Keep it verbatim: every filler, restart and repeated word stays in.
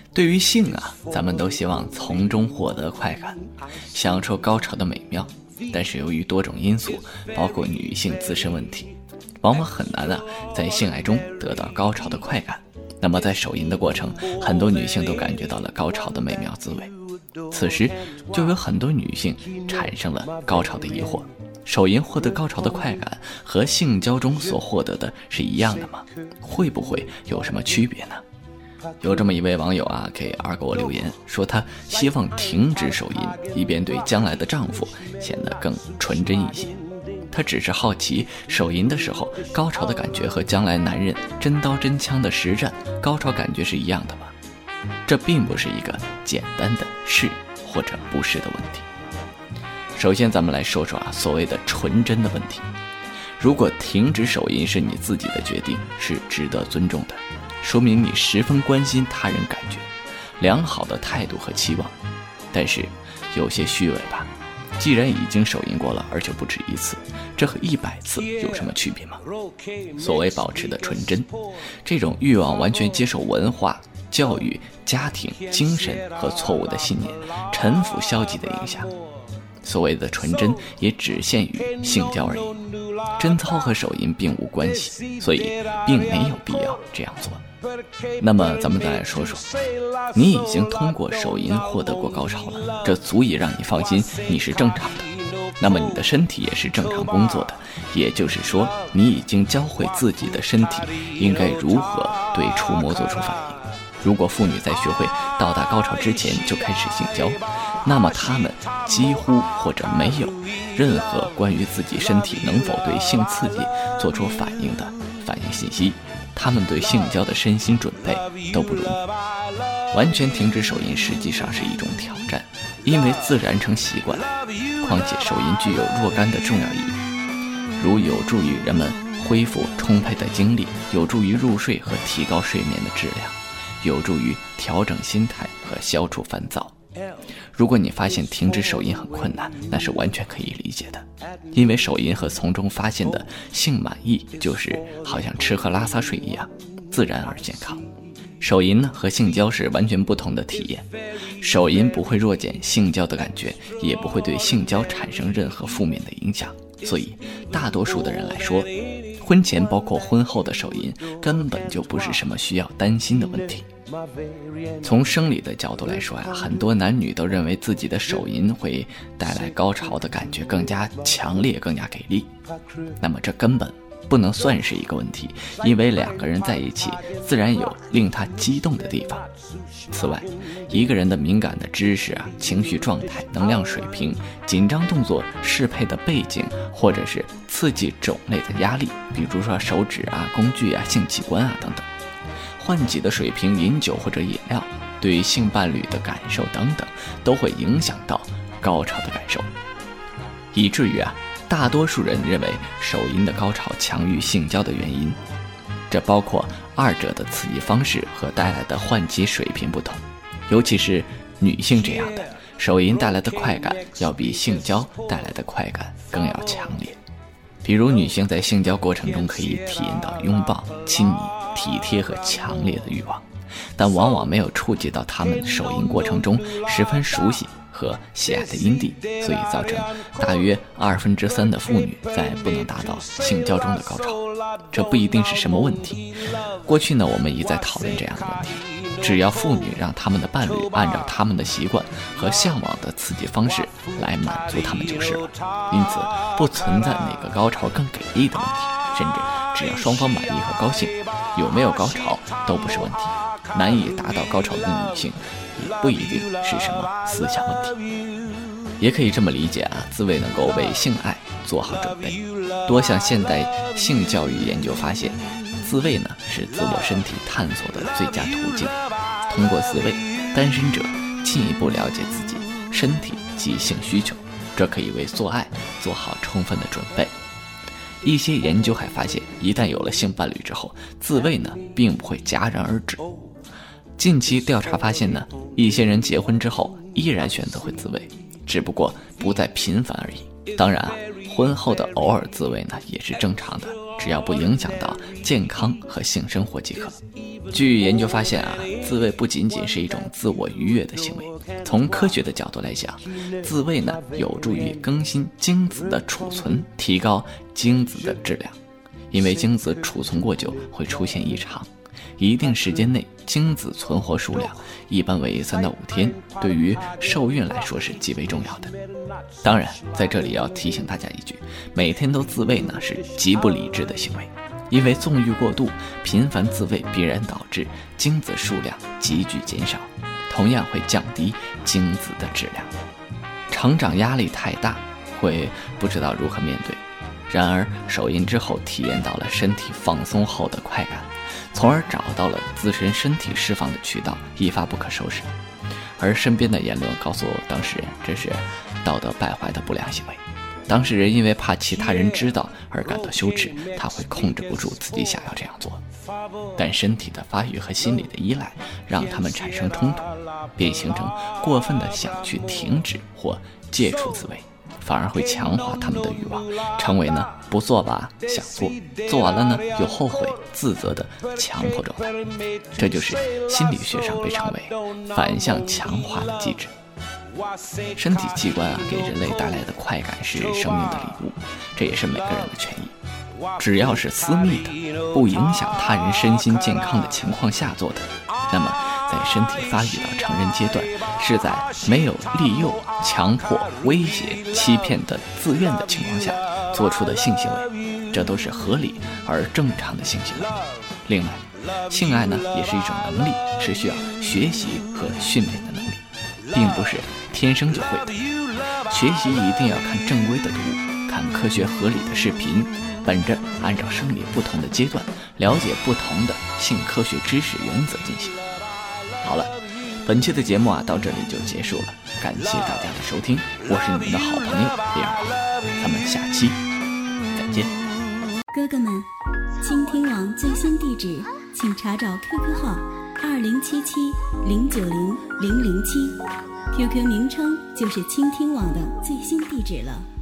对于性啊，咱们都希望从中获得快感，享受高潮的美妙，但是由于多种因素，包括女性自身问题，往往很难啊在性爱中得到高潮的快感。那么在手淫的过程，很多女性都感觉到了高潮的美妙滋味，此时就有很多女性产生了高潮的疑惑，手淫获得高潮的快感和性交中所获得的是一样的吗？会不会有什么区别呢？有这么一位网友啊，给二狗留言说，他希望停止手淫，以便对将来的丈夫显得更纯真一些。他只是好奇，手淫的时候高潮的感觉和将来男人真刀真枪的实战高潮感觉是一样的吗？这并不是一个简单的是或者不是的问题。首先咱们来说说啊，所谓的纯真的问题。如果停止手淫是你自己的决定，是值得尊重的，说明你十分关心他人感觉，良好的态度和期望。但是有些虚伪吧，既然已经手淫过了，而且不止一次，这和一百次有什么区别吗？所谓保持的纯真，这种欲望完全接受文化、教育、家庭、精神和错误的信念，臣服消极的影响。所谓的纯真也只限于性交而已，贞操和手淫并无关系，所以并没有必要这样做。那么咱们再来说说，你已经通过手淫获得过高潮了，这足以让你放心你是正常的，那么你的身体也是正常工作的，也就是说你已经教会自己的身体应该如何对触摸做出反应。如果妇女在学会到达高潮之前就开始性交，那么她们几乎或者没有任何关于自己身体能否对性刺激做出反应的反应信息，她们对性交的身心准备都不容易。完全停止手淫实际上是一种挑战，因为自然成习惯了。况且手淫具有若干的重要意义，如有助于人们恢复充沛的精力，有助于入睡和提高睡眠的质量，有助于调整心态和消除烦躁。如果你发现停止手淫很困难，那是完全可以理解的，因为手淫和从中发现的性满意就是好像吃喝拉撒睡一样，自然而健康。手淫呢和性交是完全不同的体验，手淫不会弱减性交的感觉，也不会对性交产生任何负面的影响，所以大多数的人来说，婚前包括婚后的手淫根本就不是什么需要担心的问题。从生理的角度来说呀，很多男女都认为自己的手淫会带来高潮的感觉更加强烈，更加给力。那么这根本不能算是一个问题，因为两个人在一起自然有令他激动的地方。此外，一个人的敏感的知识啊、情绪状态、能量水平、紧张动作适配的背景，或者是刺激种类的压力，比如说手指啊、工具啊、性器官啊等等，换己的水平、饮酒或者饮料，对于性伴侣的感受等等，都会影响到高潮的感受，以至于啊大多数人认为手淫的高潮强于性交的原因，这包括二者的刺激方式和带来的唤起水平不同，尤其是女性这样的，手淫带来的快感要比性交带来的快感更要强烈。比如女性在性交过程中可以体验到拥抱、亲昵、体贴和强烈的欲望，但往往没有触及到她们手淫过程中十分熟悉和喜爱的阴蒂，所以造成大约二分之三的妇女在不能达到性交中的高潮。这不一定是什么问题，过去呢我们一再讨论这样的问题，只要妇女让他们的伴侣按照他们的习惯和向往的刺激方式来满足他们就是了，因此不存在哪个高潮更给力的问题，甚至只要双方满意和高兴，有没有高潮都不是问题。难以达到高潮的女性也不一定是什么思想问题。也可以这么理解啊，自慰能够为性爱做好准备。多项现代性教育研究发现，自慰呢是自我身体探索的最佳途径。通过自慰，单身者进一步了解自己身体及性需求，这可以为做爱做好充分的准备。一些研究还发现，一旦有了性伴侣之后，自慰呢并不会戛然而止。近期调查发现呢，一些人结婚之后依然选择会自慰，只不过不再频繁而已。当然啊，婚后的偶尔自慰呢也是正常的， 只要不影响到健康和性生活即可。据研究发现啊，自慰不仅仅是一种自我愉悦的行为，从科学的角度来讲，自慰呢有助于更新精子的储存，提高精子的质量。因为精子储存过久会出现异常，一定时间内精子存活数量一般为三到五天，对于受孕来说是极为重要的。当然，在这里要提醒大家一句，每天都自慰呢是极不理智的行为，因为纵欲过度、频繁自慰必然导致精子数量急剧减少，同样会降低精子的质量。成长压力太大，会不知道如何面对。然而受孕之后体验到了身体放松后的快感，从而找到了自身身体释放的渠道，一发不可收拾。而身边的言论告诉当事人，这是道德败坏的不良行为。当事人因为怕其他人知道而感到羞耻，他会控制不住自己想要这样做。但身体的发育和心理的依赖让他们产生冲突，并形成过分的想去停止或戒除自慰，反而会强化他们的欲望，成为呢不做吧想做，做完了呢又后悔自责的强迫状态。这就是心理学上被称为反向强化的机制。身体器官啊给人类带来的快感是生命的礼物，这也是每个人的权益。只要是私密的，不影响他人身心健康的情况下做的，那么在身体发育到成人阶段，是在没有利诱、强迫、威胁、欺骗的自愿的情况下做出的性行为，这都是合理而正常的性行为。另外，性爱呢也是一种能力，是需要学习和训练的能力，并不是天生就会的。学习一定要看正规的读物，看科学合理的视频，本着按照生理不同的阶段了解不同的性科学知识原则进行。好了，本期的节目啊到这里就结束了，感谢大家的收听，我是你们的好朋友李二华，咱们下期再见。 哥哥们，倾听网最新地址请查找 Q Q 号二零七七零九零零零七， Q Q 名称就是倾听网的最新地址了。